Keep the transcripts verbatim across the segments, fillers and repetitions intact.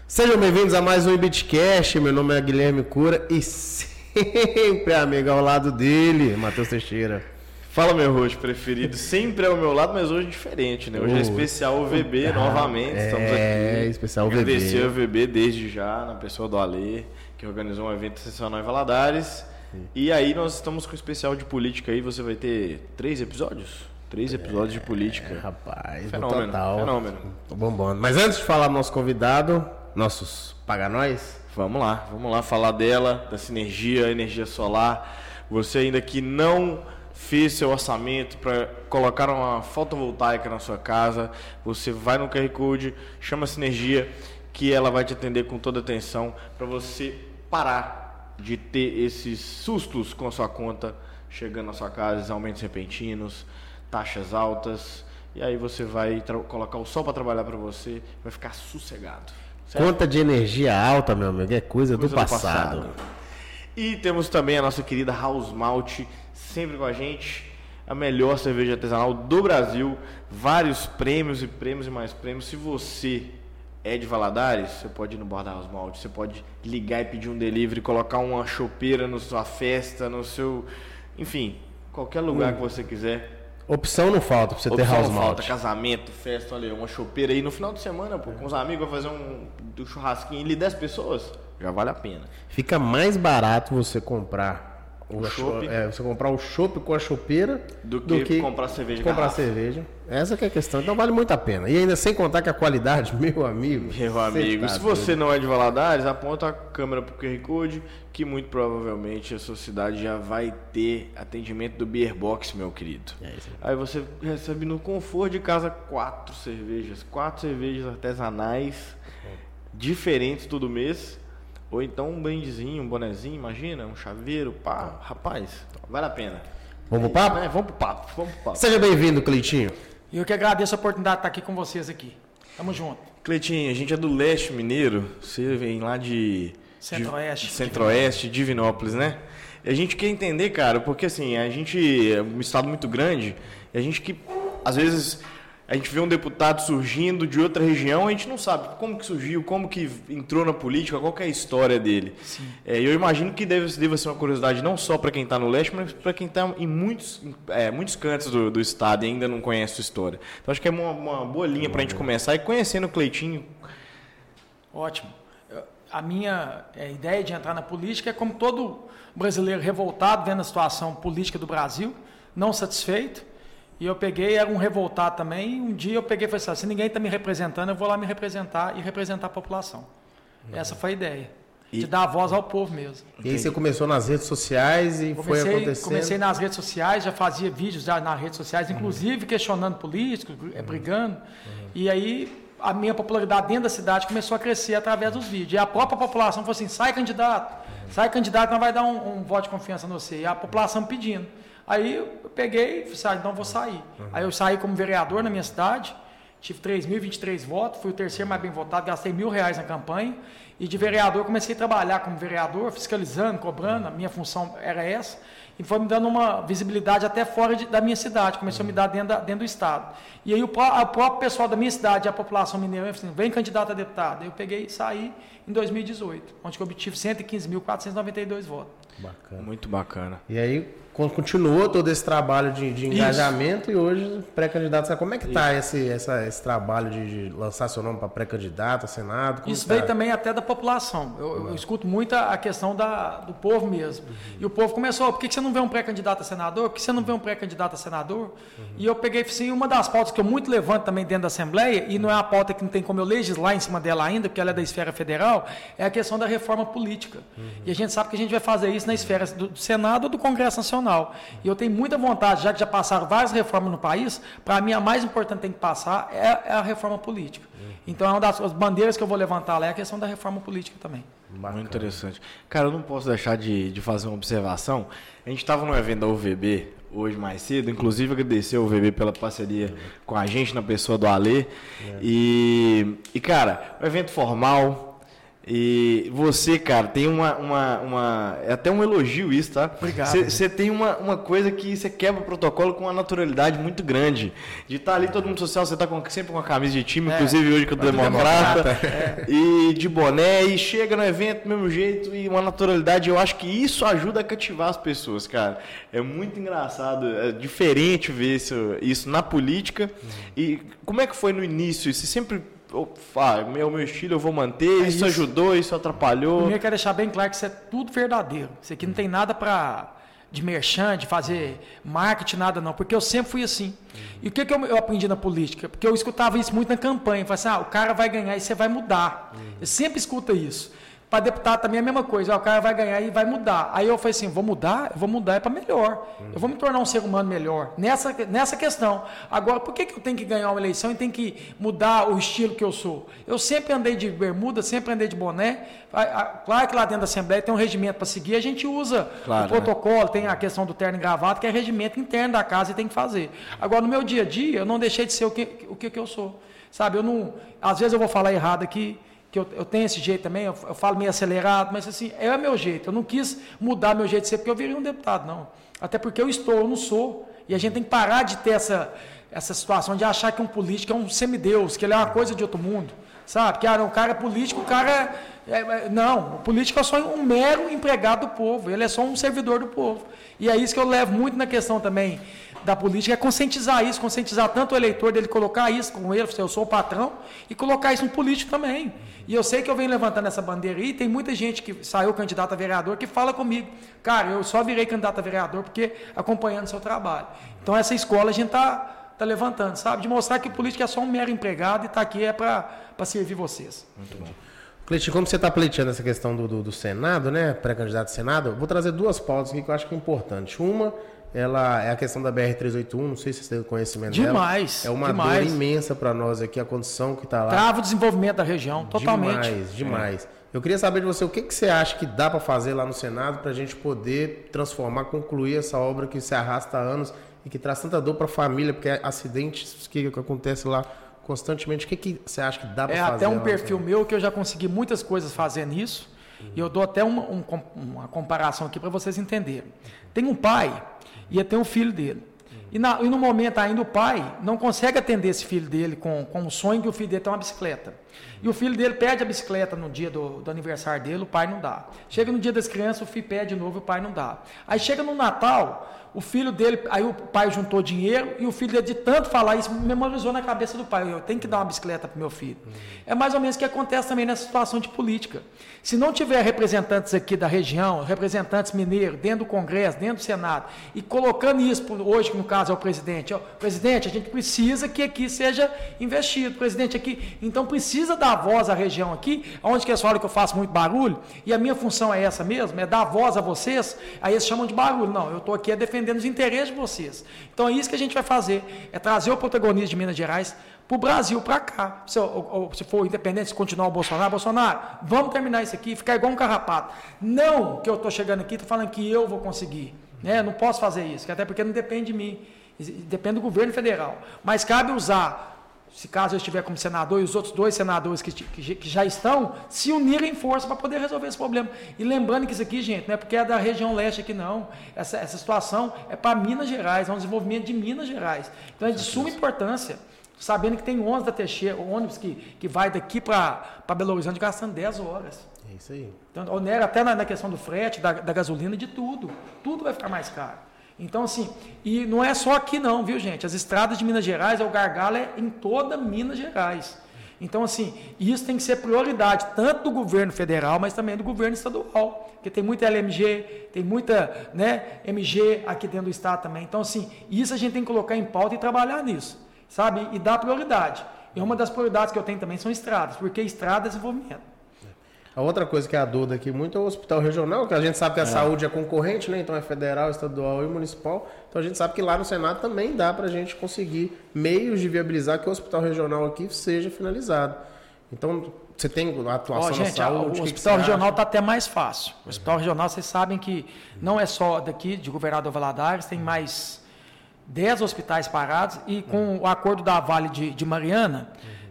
Sejam bem-vindos a mais um Ibitcast. Meu nome é Guilherme Cura e sempre amigo ao lado dele, Matheus Teixeira. Fala, meu rosto preferido. Sempre é ao meu lado, mas hoje é diferente, né? Hoje oh, é especial O V B ah, novamente. É, Estamos aqui. É, especial O V B. Agradecer ao O V B desde já, na pessoa do Alê, que organizou um evento sensacional em Valadares. Sim. E aí nós estamos com o especial de política aí. Você vai ter três episódios? Três episódios é, de política. É, rapaz, fenômeno, total. Fenômeno. Tô bombando. Mas antes de falar do nosso convidado, nossos paganóis, vamos lá, vamos lá falar dela, da sinergia, energia solar. Você ainda que não fez seu orçamento para colocar uma fotovoltaica na sua casa, você vai no Q R Code, chama a Sinergia, que ela vai te atender com toda atenção para você parar de ter esses sustos com a sua conta chegando na sua casa, aumentos repentinos, taxas altas, e aí você vai colocar o sol para trabalhar para você, vai ficar sossegado. Certo? Conta de energia alta, meu amigo, é coisa, coisa do, passado. do passado. E temos também a nossa querida House Malt, sempre com a gente, a melhor cerveja artesanal do Brasil, vários prêmios e prêmios e mais prêmios. Se você é de Valadares, você pode ir no bar da House Malt, você pode ligar e pedir um delivery, colocar uma chopeira na sua festa, no seu, enfim, qualquer lugar hum. que você quiser. Opção não falta pra você Opção ter House não Malt. Falta, casamento, festa, olha, uma chopeira aí no final de semana, pô, com os amigos, vai fazer um, um churrasquinho ali, dez pessoas, já vale a pena. Fica mais barato você comprar o chopp, é, você comprar o chopp com a chopeira do que, do que comprar cerveja. Comprar garrafa. cerveja. Essa que é a questão. Então vale muito a pena. E ainda sem contar que a qualidade, meu amigo. Meu amigo, tá se doido. Você não é de Valadares, aponta a câmera pro Q R Code, que muito provavelmente a sua cidade já vai ter atendimento do Beer Box, meu querido. É isso aí. Aí você recebe no conforto de casa quatro cervejas, quatro cervejas artesanais, é. diferentes todo mês. Ou então um brindezinho, um bonezinho, imagina, um chaveiro, pá, rapaz, vale a pena. Vamos pro papo? É, vamos pro papo, vamos pro papo. Seja bem-vindo, Cleitinho. Eu que agradeço a oportunidade de estar aqui com vocês aqui. Tamo junto. Cleitinho, a gente é do leste mineiro, você vem lá de... Centro-Oeste. De, Centro-Oeste, Divinópolis, né? E a gente quer entender, cara, porque assim, a gente é um estado muito grande, e a gente que, às vezes... A gente vê um deputado surgindo de outra região, a gente não sabe como que surgiu, como que entrou na política, qual que é a história dele. É, eu imagino que deve, deve ser uma curiosidade não só para quem está no leste, mas para quem está em muitos, é, muitos cantos do, do estado e ainda não conhece a sua história. Então acho que é uma, uma boa linha para a gente começar e conhecendo o Cleitinho. Ótimo. A minha é, ideia de entrar na política é como todo brasileiro revoltado vendo a situação política do Brasil, não satisfeito. E eu peguei, era um revoltado também, e um dia eu peguei e falei assim, se ninguém está me representando, eu vou lá me representar e representar a população. Uhum. Essa foi a ideia, e... de dar a voz ao povo mesmo. E aí você começou nas redes sociais e comecei, foi acontecendo? Comecei nas redes sociais, já fazia vídeos já nas redes sociais, inclusive uhum. questionando políticos, uhum. brigando, uhum. e aí a minha popularidade dentro da cidade começou a crescer através dos vídeos. E a própria população falou assim, sai candidato, uhum. sai candidato, não vai dar um, um voto de confiança no você. E a população pedindo. Aí eu peguei e falei, então vou sair. Uhum. Aí eu saí como vereador na minha cidade, tive três mil e vinte e três votos, fui o terceiro mais bem votado, gastei mil reais na campanha. E de vereador comecei a trabalhar como vereador, fiscalizando, cobrando, a minha função era essa. E foi me dando uma visibilidade até fora de, da minha cidade, começou uhum. a me dar dentro, da, dentro do estado. E aí o, o próprio pessoal da minha cidade, a população mineira, falou assim, vem candidato a deputado. Aí eu peguei e saí em dois mil e dezoito, onde eu obtive cento e quinze mil quatrocentos e noventa e dois votos. Bacana. Muito bacana. E aí continuou todo esse trabalho de, de engajamento. Isso. E hoje pré-candidato. Como é que está esse, essa, esse trabalho de, de lançar seu nome para pré-candidato a Senado? Como Isso tá? veio também até da população. Eu, uhum. eu escuto muito a, a questão da, do povo mesmo. Uhum. E o povo começou, por que você não vê um pré-candidato a senador? Por que você não vê um pré-candidato a senador? Uhum. E eu peguei, assim, uma das pautas que eu muito levanto também dentro da Assembleia, e não é uma pauta que não tem como eu legislar em cima dela ainda, porque ela é da esfera federal, é a questão da reforma política. Uhum. E a gente sabe que a gente vai fazer isso na esfera do, do Senado ou do Congresso Nacional. E eu tenho muita vontade, já que já passaram várias reformas no país, para mim a mais importante que tem que passar é, é a reforma política. Uhum. Então é uma das bandeiras que eu vou levantar lá, é a questão da reforma política também. Bacana. Muito interessante. Cara, eu não posso deixar de, de fazer uma observação. A gente estava no evento da U V B hoje mais cedo, inclusive agradecer ao U V B pela parceria uhum. com a gente, na pessoa do Alê. Uhum. E, e, cara, um evento formal, E você, cara, tem uma, uma, uma... É até um elogio isso, tá? Obrigado. Você tem uma, uma coisa que você quebra o protocolo com uma naturalidade muito grande. De estar ali todo mundo social, você tá com, sempre com a camisa de time, é, inclusive hoje com o Democrata. É. E de boné, e chega no evento do mesmo jeito, e uma naturalidade. Eu acho que isso ajuda a cativar as pessoas, cara. É muito engraçado, é diferente ver isso, isso na política. Uhum. E como é que foi no início? Você sempre... Ah, meu, meu estilo eu vou manter, é isso, isso ajudou, isso atrapalhou. Primeiro eu quero deixar bem claro que isso é tudo verdadeiro. Isso aqui não tem nada para de merchan, de fazer marketing, nada não, porque eu sempre fui assim. Uhum. E o que, que eu, eu aprendi na política? Porque eu escutava isso muito na campanha, eu falava assim, ah, o cara vai ganhar e você vai mudar. Uhum. Eu sempre escuto isso. Para deputado também é a mesma coisa, o cara vai ganhar e vai mudar. Aí eu falei assim, vou mudar? Eu vou mudar é para melhor. Uhum. Eu vou me tornar um ser humano melhor. Nessa, nessa questão. Agora, por que, que eu tenho que ganhar uma eleição e tenho que mudar o estilo que eu sou? Eu sempre andei de bermuda, sempre andei de boné. Claro que lá dentro da Assembleia tem um regimento para seguir, a gente usa claro, o protocolo, né? Tem a questão do terno e gravata, que é regimento interno da casa e tem que fazer. Agora, no meu dia a dia, eu não deixei de ser o que, o que, que eu sou. Sabe, eu não... Às vezes eu vou falar errado aqui, que eu, eu tenho esse jeito também, eu, eu falo meio acelerado, mas assim, é o meu jeito. Eu não quis mudar meu jeito de ser porque eu virei um deputado, não. Até porque eu estou, eu não sou. E a gente tem que parar de ter essa, essa situação de achar que um político é um semideus, que ele é uma coisa de outro mundo. Sabe? Que ah, o cara é político, o cara é, é... Não, o político é só um mero empregado do povo, ele é só um servidor do povo. E é isso que eu levo muito na questão também da política, é conscientizar isso, conscientizar tanto o eleitor dele colocar isso com ele, eu sou o patrão, e colocar isso no político também. E eu sei que eu venho levantando essa bandeira aí, tem muita gente que saiu candidato a vereador que fala comigo, cara, eu só virei candidato a vereador porque acompanhando o seu trabalho. Então essa escola a gente está tá levantando, sabe? De mostrar que o político é só um mero empregado e está aqui é para servir vocês. Muito bom. Cleitinho, como você está pleiteando essa questão do, do, do Senado, né, pré-candidato ao Senado, eu vou trazer duas pautas aqui que eu acho que é importante. Uma, ela é a questão da B R trezentos e oitenta e um, não sei se você tem conhecimento demais, dela. É uma demais. dor imensa para nós aqui, a condição que está lá. Trava o desenvolvimento da região, totalmente. Demais, demais. É. Eu queria saber de você, o que, que você acha que dá para fazer lá no Senado para a gente poder transformar, concluir essa obra que se arrasta há anos e que traz tanta dor para a família, porque é acidentes que, que acontecem lá constantemente. O que, que você acha que dá para é fazer? É até um perfil meu que eu já consegui muitas coisas fazendo isso. Uhum. E eu dou até uma, um, uma comparação aqui para vocês entenderem. Tem um pai e tem um filho dele. Uhum. E, na, e no momento ainda o pai não consegue atender esse filho dele com, com o sonho que o filho dele tem uma bicicleta. Uhum. E o filho dele pede a bicicleta no dia do, do aniversário dele, o pai não dá. Chega no dia das crianças, o filho pede de novo, o pai não dá. Aí chega no Natal... O filho dele, aí o pai juntou dinheiro e o filho dele, de tanto falar isso, memorizou na cabeça do pai. Eu tenho que dar uma bicicleta para o meu filho. Uhum. É mais ou menos o que acontece também nessa situação de política. Se não tiver representantes aqui da região, representantes mineiros, dentro do Congresso, dentro do Senado, e colocando isso, hoje, que no caso é o presidente, ó, presidente, a gente precisa que aqui seja investido. Presidente, aqui, então precisa dar voz à região aqui, onde que eles falam que eu faço muito barulho, e a minha função é essa mesmo, é dar voz a vocês, aí eles chamam de barulho. Não, eu estou aqui a defender os interesses de vocês. Então é isso que a gente vai fazer, é trazer o protagonismo de Minas Gerais para o Brasil, para cá. Se, ou, ou, se for independente, se continuar o Bolsonaro, Bolsonaro, vamos terminar isso aqui, ficar igual um carrapato. Não que eu estou chegando aqui, estou falando que eu vou conseguir. Né? Não posso fazer isso, até porque não depende de mim, depende do governo federal. Mas cabe usar, se caso eu estiver como senador e os outros dois senadores que, que, que já estão, se unirem força para poder resolver esse problema. E lembrando que isso aqui, gente, não é porque é da região leste aqui, não. Essa, essa situação é para Minas Gerais, é um desenvolvimento de Minas Gerais. Então é de suma importância, sabendo que tem ônibus da Teixeira, ônibus que, que vai daqui para Belo Horizonte gastando dez horas. É isso aí. Então, onera até na, na questão do frete, da, da gasolina, de tudo. Tudo vai ficar mais caro. Então, assim, e não é só aqui não, viu, gente? As estradas de Minas Gerais, o gargalo é em toda Minas Gerais. Então, assim, isso tem que ser prioridade, tanto do governo federal, mas também do governo estadual. Porque tem muita L M G, tem muita, né, M G aqui dentro do estado também. Então, assim, isso a gente tem que colocar em pauta e trabalhar nisso, sabe? E dar prioridade. E uma das prioridades que eu tenho também são estradas, porque estrada é desenvolvimento. A outra coisa que é a dor daqui muito é o hospital regional, que a gente sabe que a é. saúde é concorrente, né? Então é federal, estadual e municipal. Então a gente sabe que lá no Senado também dá para a gente conseguir meios de viabilizar que o hospital regional aqui seja finalizado. Então você tem a atuação oh, gente, na saúde. O hospital regional está até mais fácil. O hospital regional, vocês sabem que não é só daqui, de Governador Valadares, tem mais dez hospitais parados e com o acordo da Vale de, de Mariana,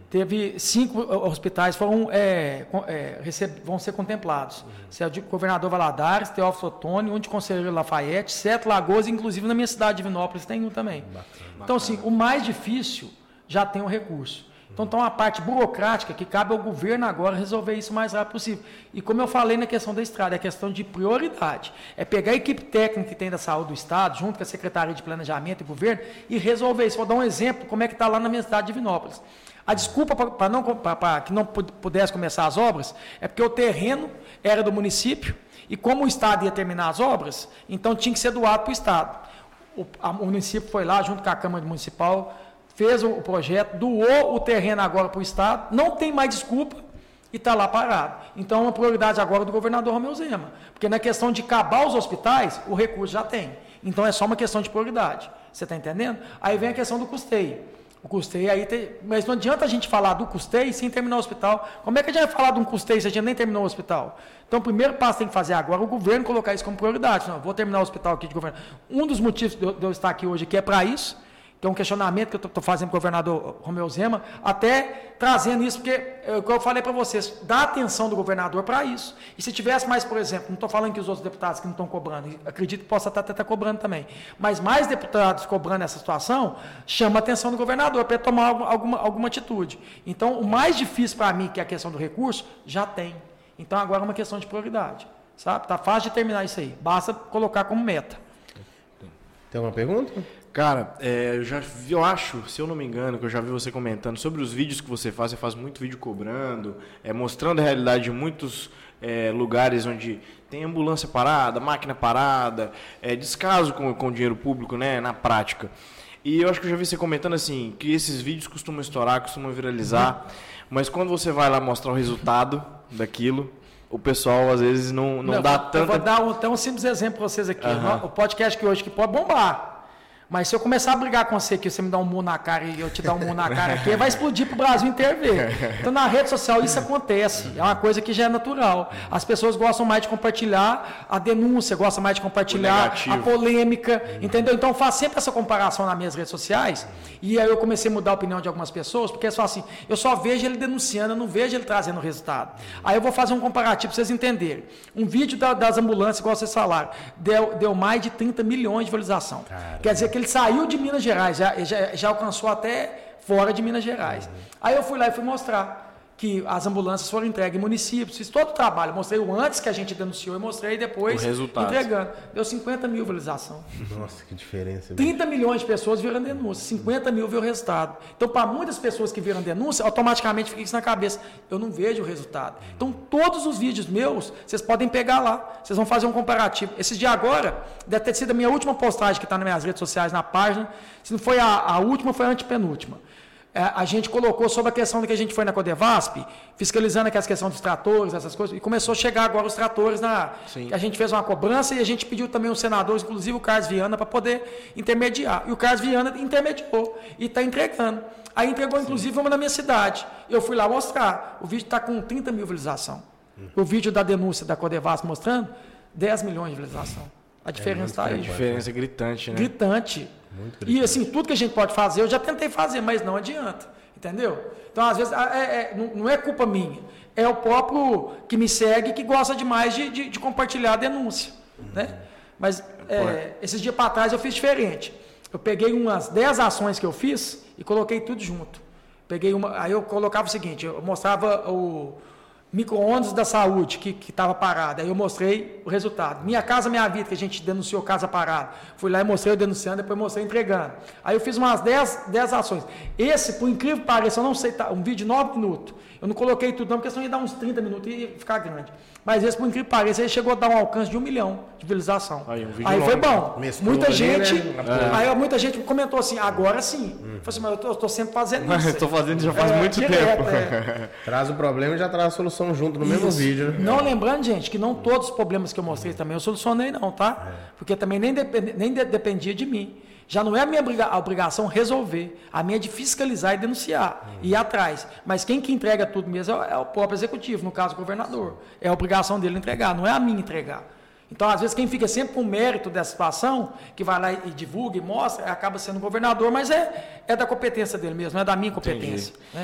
Teve cinco hospitais foram, é, é, receb... vão ser contemplados. Uhum. O governador Valadares, Teófilo Otoni, um de Conselheiro Lafayette, Sete Lagoas, inclusive na minha cidade de Divinópolis tem um também. Bacana. Então, assim, o mais difícil já tem o recurso. Então, tem uma parte burocrática que cabe ao governo agora resolver isso o mais rápido possível. E como eu falei na questão da estrada, é questão de prioridade. É pegar a equipe técnica que tem da saúde do Estado, junto com a Secretaria de Planejamento e Governo, e resolver isso. Vou dar um exemplo, como é que está lá na minha cidade de Divinópolis. A desculpa para não, que não pudesse começar as obras é porque o terreno era do município e como o Estado ia terminar as obras, então tinha que ser doado para o Estado. O, a, o município foi lá, junto com a Câmara Municipal, fez o, o projeto, doou o terreno agora para o Estado, não tem mais desculpa e está lá parado. Então é uma prioridade agora do governador Romeu Zema, porque na questão de acabar os hospitais, o recurso já tem. Então é só uma questão de prioridade. Você está entendendo? Aí vem a questão do custeio. O custeio aí tem, mas não adianta a gente falar do custeio sem terminar o hospital. Como é que a gente vai falar de um custeio se a gente nem terminou o hospital? Então, o primeiro passo que tem que fazer agora é o governo colocar isso como prioridade. Não, vou terminar o hospital aqui de governo. Um dos motivos de eu, de eu estar aqui hoje aqui é para isso, que é um questionamento que eu estou fazendo com o governador Romeu Zema, até trazendo isso, porque, é, como eu falei para vocês, dá atenção do governador para isso. E se tivesse mais, por exemplo, não estou falando que os outros deputados que não estão cobrando, acredito que possa estar até estar cobrando também, mas mais deputados cobrando essa situação, chama a atenção do governador para tomar alguma, alguma atitude. Então, o mais difícil para mim, que é a questão do recurso, já tem. Então, agora é uma questão de prioridade. Sabe? Está fácil de terminar isso aí. Basta colocar como meta. Tem alguma pergunta? Cara, é, eu já vi, eu acho, se eu não me engano, que eu já vi você comentando sobre os vídeos que você faz. Você faz muito vídeo cobrando, é, mostrando a realidade de muitos é, lugares onde tem ambulância parada, máquina parada, é, descaso com, com o dinheiro público, né, na prática. E eu acho que eu já vi você comentando assim, que esses vídeos costumam estourar, costumam viralizar, uhum. mas quando você vai lá mostrar o resultado daquilo, o pessoal às vezes não, não, não dá tanta... Eu vou dar um, até um simples exemplo para vocês aqui. Uhum. O podcast que hoje que pode bombar. Mas se eu começar a brigar com você, que você me dá um murro na cara e eu te dar um murro na cara aqui, vai explodir para o Brasil inteiro ver. Então, na rede social, isso acontece. É uma coisa que já é natural. As pessoas gostam mais de compartilhar a denúncia, gostam mais de compartilhar a polêmica, entendeu? Então, eu faço sempre essa comparação nas minhas redes sociais. E aí eu comecei a mudar a opinião de algumas pessoas, porque eles falam assim, eu só vejo ele denunciando, eu não vejo ele trazendo resultado. Aí eu vou fazer um comparativo para vocês entenderem. Um vídeo da, das ambulâncias, igual vocês falaram, deu, deu mais de trinta milhões de visualização. Caramba. Quer dizer que ele saiu de Minas Gerais, já, já, já alcançou até fora de Minas Gerais. Uhum. Aí eu fui lá e fui mostrar que as ambulâncias foram entregues em municípios, fiz todo o trabalho, mostrei o antes que a gente denunciou e mostrei depois entregando. Deu cinquenta mil visualização. Nossa, que diferença. trinta milhões de pessoas viram denúncia, cinquenta mil viu o resultado. Então, para muitas pessoas que viram denúncia, automaticamente fica isso na cabeça. Eu não vejo o resultado. Então, todos os vídeos meus, vocês podem pegar lá, vocês vão fazer um comparativo. Esse dia agora, deve ter sido a minha última postagem que está nas minhas redes sociais, na página. Se não foi a, a última, foi a antepenúltima. A gente colocou sobre a questão de que a gente foi na Codevasp, fiscalizando aquelas questões dos tratores, essas coisas, e começou a chegar agora os tratores na. Sim. A gente fez uma cobrança e a gente pediu também os senadores, inclusive o Carlos Viana, para poder intermediar. E o Carlos Viana intermediou e está entregando. Aí entregou, inclusive, Sim. uma na minha cidade. Eu fui lá mostrar. O vídeo está com trinta mil visualizações. Hum. O vídeo da denúncia da Codevasp mostrando dez milhões de visualizações. A diferença está é aí. A diferença é gritante, né? Gritante. E assim, tudo que a gente pode fazer, eu já tentei fazer, mas não adianta. Entendeu? Então, às vezes, é, é, não é culpa minha. É o próprio que me segue que gosta demais de, de, de compartilhar a denúncia. Uhum. Né? Mas é, esses dias para trás eu fiz diferente. Eu peguei umas dez ações que eu fiz e coloquei tudo junto. Peguei uma, aí eu colocava o seguinte, eu mostrava o micro-ondas da saúde que estava parado. Aí eu mostrei o resultado. Minha Casa Minha Vida, que a gente denunciou casa parada. Fui lá e mostrei eu denunciando, depois mostrei entregando. Aí eu fiz umas dez ações. Esse, por incrível que pareça, eu não sei, tá, um vídeo de nove minutos. Eu não coloquei tudo não, porque senão ia dar uns trinta minutos e ia ficar grande. Mas esse, por incrível que pareça, ele chegou a dar um alcance de um milhão de visualização. Aí, um aí foi bom. Mesclou muita gente, né? Aí muita gente comentou assim, agora sim. Hum. Falei assim, mas eu estou sempre fazendo isso. Estou fazendo já faz é, muito direto, tempo. É. Traz o problema e já traz a solução junto no isso. mesmo vídeo. Né? Não lembrando, gente, que não todos os problemas que eu mostrei também eu solucionei não, tá? É. Porque também nem, depend, nem de, dependia de mim. Já não é a minha obrigação resolver, a minha é de fiscalizar e denunciar, uhum. e ir atrás. Mas quem que entrega tudo mesmo é o próprio executivo, no caso o governador. É a obrigação dele entregar, não é a minha entregar. Então, às vezes, quem fica sempre com o mérito dessa situação, que vai lá e divulga e mostra, acaba sendo o governador, mas é, é da competência dele mesmo, não é da minha competência. Né?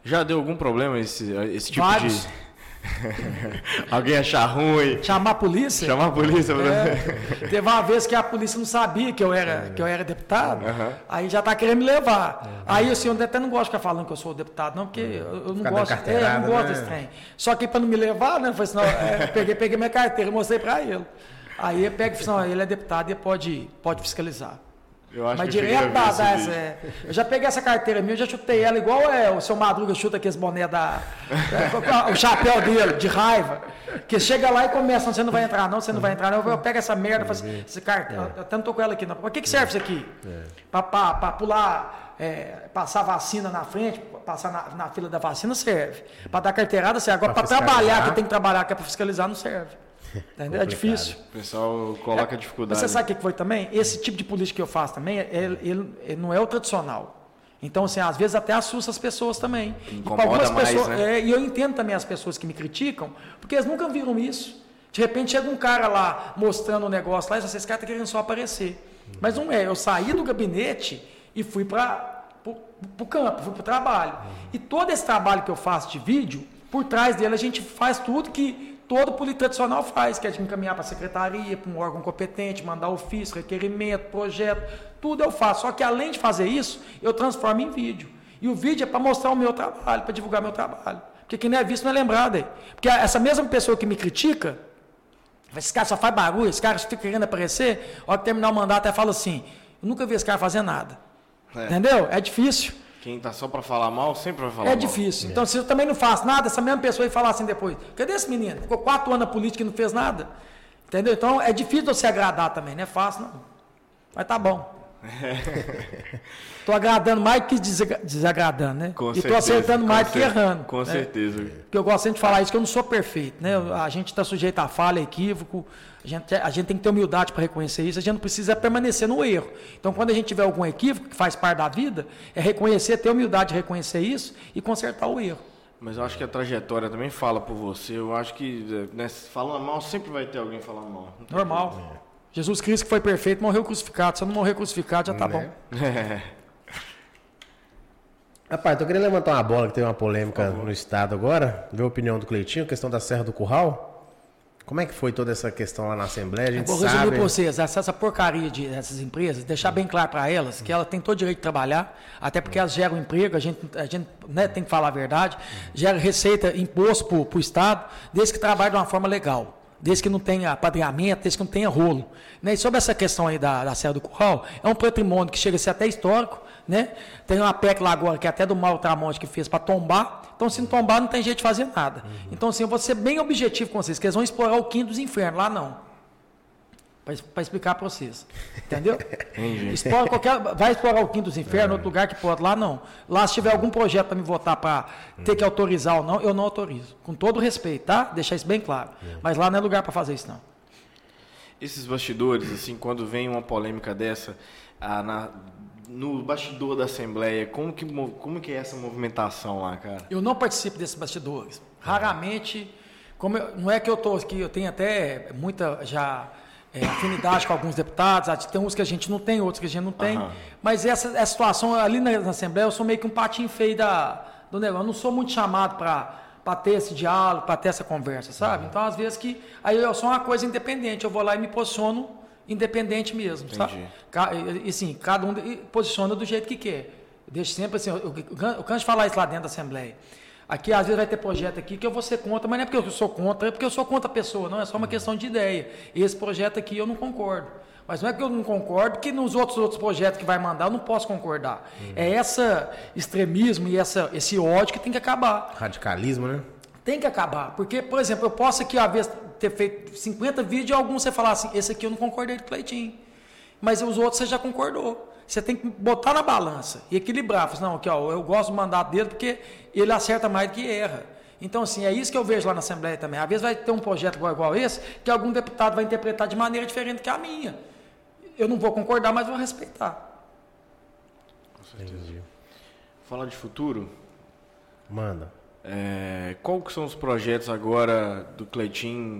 Já deu algum problema esse, esse tipo Vários. de... Alguém achar ruim? Chamar a polícia? Chamar a polícia? É. Teve uma vez que a polícia não sabia que eu era, que eu era deputado, Uhum. aí já tá querendo me levar. Uhum. Aí assim, eu até não gosto de ficar falando que eu sou deputado, não, porque uhum. eu, eu não Ficar gosto, é, eu não gosto né? desse trem. Só que para não me levar, né? Eu falei assim, não, é, peguei, peguei minha carteira, mostrei para ele. Aí eu pego e falei assim, ele é deputado e pode, pode fiscalizar. Eu acho Mas que direto da, da essa, é, eu já peguei essa carteira minha, eu já chutei ela igual é, o seu Madruga chuta aqueles boné da. É, o chapéu dele, de raiva. Que chega lá e começa, você não vai entrar, não, você não vai entrar, não. Eu, eu pego essa merda, faço assim, esse cartão, eu até não tô com ela aqui, não. Para que, que serve isso aqui? É. Para pular, é, passar vacina na frente, passar na, na fila da vacina serve. Para dar carteirada serve. Agora, para trabalhar, que tem que trabalhar, que é para fiscalizar, não serve. Entendeu? É difícil. O pessoal coloca é, dificuldade. Você sabe o que foi também? Esse tipo de política que eu faço também, ele, ele, ele não é o tradicional. Então, assim, às vezes até assusta as pessoas também. Incomoda e mais, pessoas, né? é, e eu entendo também as pessoas que me criticam, porque eles nunca viram isso. De repente chega um cara lá mostrando um negócio lá, e esse cara está querendo só aparecer. Mas não é, eu saí do gabinete e fui para o campo, fui para o trabalho. E todo esse trabalho que eu faço de vídeo, por trás dele a gente faz tudo que todo político tradicional faz, que é de encaminhar para a secretaria, para um órgão competente, mandar ofício, requerimento, projeto, tudo eu faço. Só que além de fazer isso, eu transformo em vídeo. E o vídeo é para mostrar o meu trabalho, para divulgar meu trabalho. Porque quem não é visto não é lembrado aí. Porque essa mesma pessoa que me critica, esse cara só faz barulho, esse cara fica querendo aparecer, a hora que terminar o mandato, até fala assim, eu nunca vi esse cara fazer nada. É. Entendeu? É difícil. Quem tá só para falar mal, sempre vai falar é mal. Difícil. É. Então, se eu também não faço nada, essa mesma pessoa vai falar assim depois, cadê esse menino? Ficou quatro anos na política e não fez nada. Entendeu? Então, é difícil você agradar também, não é fácil, não. Mas tá bom. Estou agradando mais que desagradando, né? Com e estou acertando mais do que errando. Com né? certeza. Porque eu gosto sempre de falar isso, que eu não sou perfeito, né? A gente está sujeito a falha, a equívoco, a gente, a gente tem que ter humildade para reconhecer isso, a gente não precisa permanecer no erro. Então, quando a gente tiver algum equívoco, que faz parte da vida, é reconhecer, ter humildade de reconhecer isso e consertar o erro. Mas eu acho que a trajetória também fala por você. Eu acho que, né, falando mal, sempre vai ter alguém falando mal. Normal. É. Jesus Cristo, que foi perfeito, morreu crucificado. Se eu não morrer crucificado, já está né? bom. É. Rapaz, tô querendo levantar uma bola que teve uma polêmica no estado agora. Ver a opinião do Cleitinho, questão da Serra do Curral. Como é que foi toda essa questão lá na Assembleia? A gente vou sabe... resumir para vocês, essa, essa porcaria de, dessas empresas, deixar bem claro para elas que elas têm todo o direito de trabalhar, até porque elas geram emprego, a gente, a gente né, tem que falar a verdade, gera receita, imposto para o Estado, desde que trabalhe de uma forma legal. Desde que não tenha apadrinhamento, desde que não tenha rolo. Né? E sobre essa questão aí da, da Serra do Curral, é um patrimônio que chega a ser até histórico, né? Tem uma P E C lá agora, que é até do Mauro Tramonte, que fez para tombar. Então, se não tombar, não tem jeito de fazer nada. Uhum. Então, assim, eu vou ser bem objetivo com vocês, que eles vão explorar o quinto dos infernos. Lá não. Para explicar para vocês. Entendeu? Explora qualquer, vai explorar o quinto dos infernos, outro lugar que pode. Lá não. Lá, se tiver algum projeto para me votar para ter que autorizar ou não, eu não autorizo. Com todo respeito, tá? Deixar isso bem claro. Mas lá não é lugar para fazer isso, não. Esses bastidores, assim, quando vem uma polêmica dessa, ah, na, no bastidor da Assembleia, como que, como que é essa movimentação lá, cara? Eu não participo desses bastidores. Raramente, como eu, não é que eu estou aqui, eu tenho até muita já... É, afinidade com alguns deputados, tem uns que a gente não tem, outros que a gente não tem, uhum. Mas essa, essa situação ali na, na Assembleia, eu sou meio que um patinho feio da, do negócio, eu não sou muito chamado para ter esse diálogo, para ter essa conversa, sabe? Uhum. Então, às vezes que, aí eu sou uma coisa independente, eu vou lá e me posiciono independente mesmo, Entendi. sabe? E, e sim, cada um posiciona do jeito que quer, eu deixo sempre assim, eu, eu, eu canso de falar isso lá dentro da Assembleia. Aqui, às vezes, vai ter projeto aqui que eu vou ser contra, mas não é porque eu sou contra, é porque eu sou contra a pessoa, não, é só uma questão de ideia. E esse projeto aqui eu não concordo. Mas não é que eu não concordo, que nos outros, outros projetos que vai mandar eu não posso concordar. Uhum. É esse extremismo e essa, esse ódio que tem que acabar. Radicalismo, né? Tem que acabar. Porque, por exemplo, eu posso aqui, uma vez, ter feito cinquenta vídeos e alguns você falar assim, esse aqui eu não concordei com o Cleitinho. Mas os outros você já concordou. Você tem que botar na balança e equilibrar. Assim, não, aqui, ó, eu gosto do mandato dele porque ele acerta mais do que erra. Então, assim, é isso que eu vejo lá na Assembleia também. Às vezes vai ter um projeto igual, igual esse, que algum deputado vai interpretar de maneira diferente que a minha. Eu não vou concordar, mas vou respeitar. Com certeza. Falar de futuro? Manda. É, qual que são os projetos agora do Cleitinho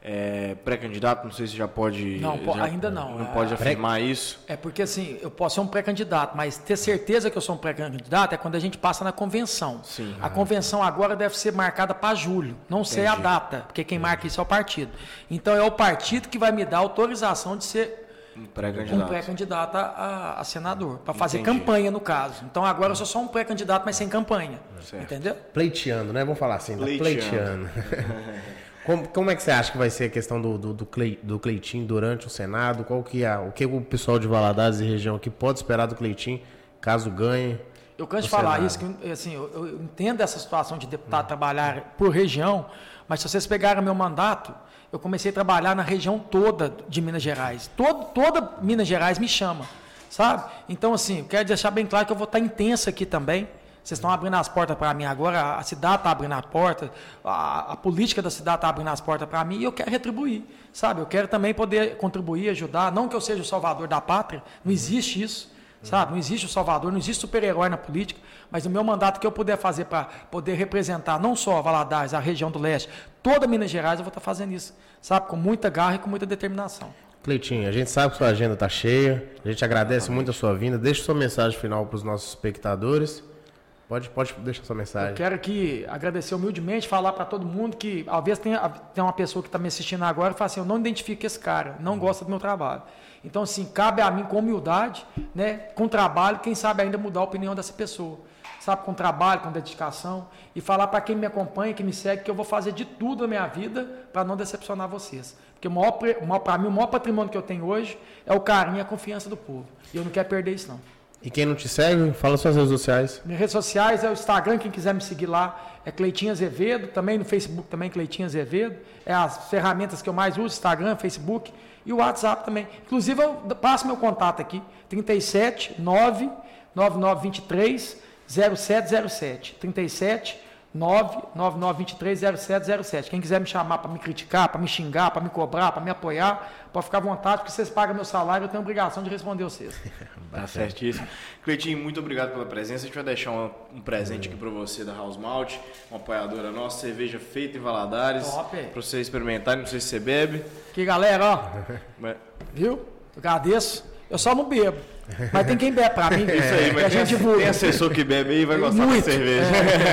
é, pré-candidato? Não sei se já pode... Não, já, ainda não. Não é, pode afirmar isso? É porque assim, eu posso ser um pré-candidato, mas ter certeza que eu sou um pré-candidato é quando a gente passa na convenção. Sim. A convenção agora deve ser marcada para julho, não sei a data, porque quem marca isso é o partido. Então é o partido que vai me dar autorização de ser um pré-candidato, um pré-candidato a, a senador, para fazer Entendi. campanha no caso. Então agora eu sou só um pré-candidato, mas sem campanha. Certo. Entendeu? Pleiteando, né? Vamos falar assim, pleiteando. pleiteando. Como, como é que você acha que vai ser a questão do, do, do, Cle, do Cleitinho durante o Senado? Qual que é, o que o pessoal de Valadares e região aqui pode esperar do Cleitinho, caso ganhe? Eu canso de falar Senado. Isso, que assim, eu, eu entendo essa situação de deputado hum. trabalhar por região, mas se vocês pegaram meu mandato, eu comecei a trabalhar na região toda de Minas Gerais. Todo, toda Minas Gerais me chama, sabe? Então, assim, eu quero deixar bem claro que eu vou estar intenso aqui também. Vocês estão abrindo as portas para mim agora, a cidade está abrindo as portas, a, a política da cidade está abrindo as portas para mim e eu quero retribuir, sabe? Eu quero também poder contribuir, ajudar, não que eu seja o salvador da pátria, não existe isso, sabe? Não existe o salvador, não existe super-herói na política, mas o meu mandato que eu puder fazer para poder representar não só Valadares, a região do leste, toda Minas Gerais, eu vou estar fazendo isso, sabe? Com muita garra e com muita determinação. Cleitinho, a gente sabe que sua agenda está cheia, a gente agradece muito a sua vinda, deixa sua mensagem final para os nossos espectadores. Pode, pode deixar sua mensagem. Eu quero aqui agradecer humildemente, falar para todo mundo que, às vezes, tem, tem uma pessoa que está me assistindo agora e fala assim, eu não identifico esse cara, não gosta do meu trabalho. Então, assim, cabe a mim com humildade, né, com trabalho, quem sabe ainda mudar a opinião dessa pessoa. Sabe, com trabalho, com dedicação, e falar para quem me acompanha, que me segue, que eu vou fazer de tudo na minha vida para não decepcionar vocês. Porque para mim, o maior patrimônio que eu tenho hoje é o carinho e a confiança do povo. E eu não quero perder isso, não. E quem não te segue, fala suas redes sociais. Minhas redes sociais é o Instagram, quem quiser me seguir lá é Cleitinho Azevedo, também no Facebook também Cleitinho Azevedo, é as ferramentas que eu mais uso, Instagram, Facebook e o WhatsApp também. Inclusive eu passo meu contato aqui, trinta e sete, nove, nove nove vinte e três, zero sete zero sete, trinta e sete, nove nove nove vinte e três, zero sete zero sete. Quem quiser me chamar para me criticar, para me xingar, para me cobrar, para me apoiar, pode ficar à vontade, porque vocês pagam meu salário, eu tenho a obrigação de responder vocês. Tá certíssimo. Cleitinho, muito obrigado pela presença. A gente vai deixar um, um presente aqui para você da House Malt, uma apoiadora nossa, cerveja feita em Valadares. Top. Para você experimentar, não sei se você bebe. Aqui, galera, ó. Mas... Viu? Eu agradeço. Eu só não bebo. Mas tem quem bebe pra mim. Isso aí, mas a gente tem, tem assessor que bebe aí e vai gostar muito da cerveja.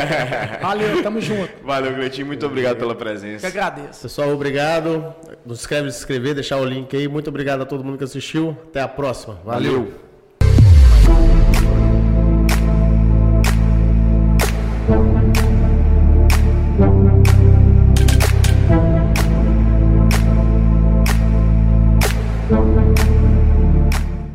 É. Valeu, tamo junto. Valeu, Cleitinho. Muito obrigado pela presença. Eu que agradeço. Pessoal, obrigado. Não se inscreve, se inscrever, deixar o link aí. Muito obrigado a todo mundo que assistiu. Até a próxima. Valeu. Valeu.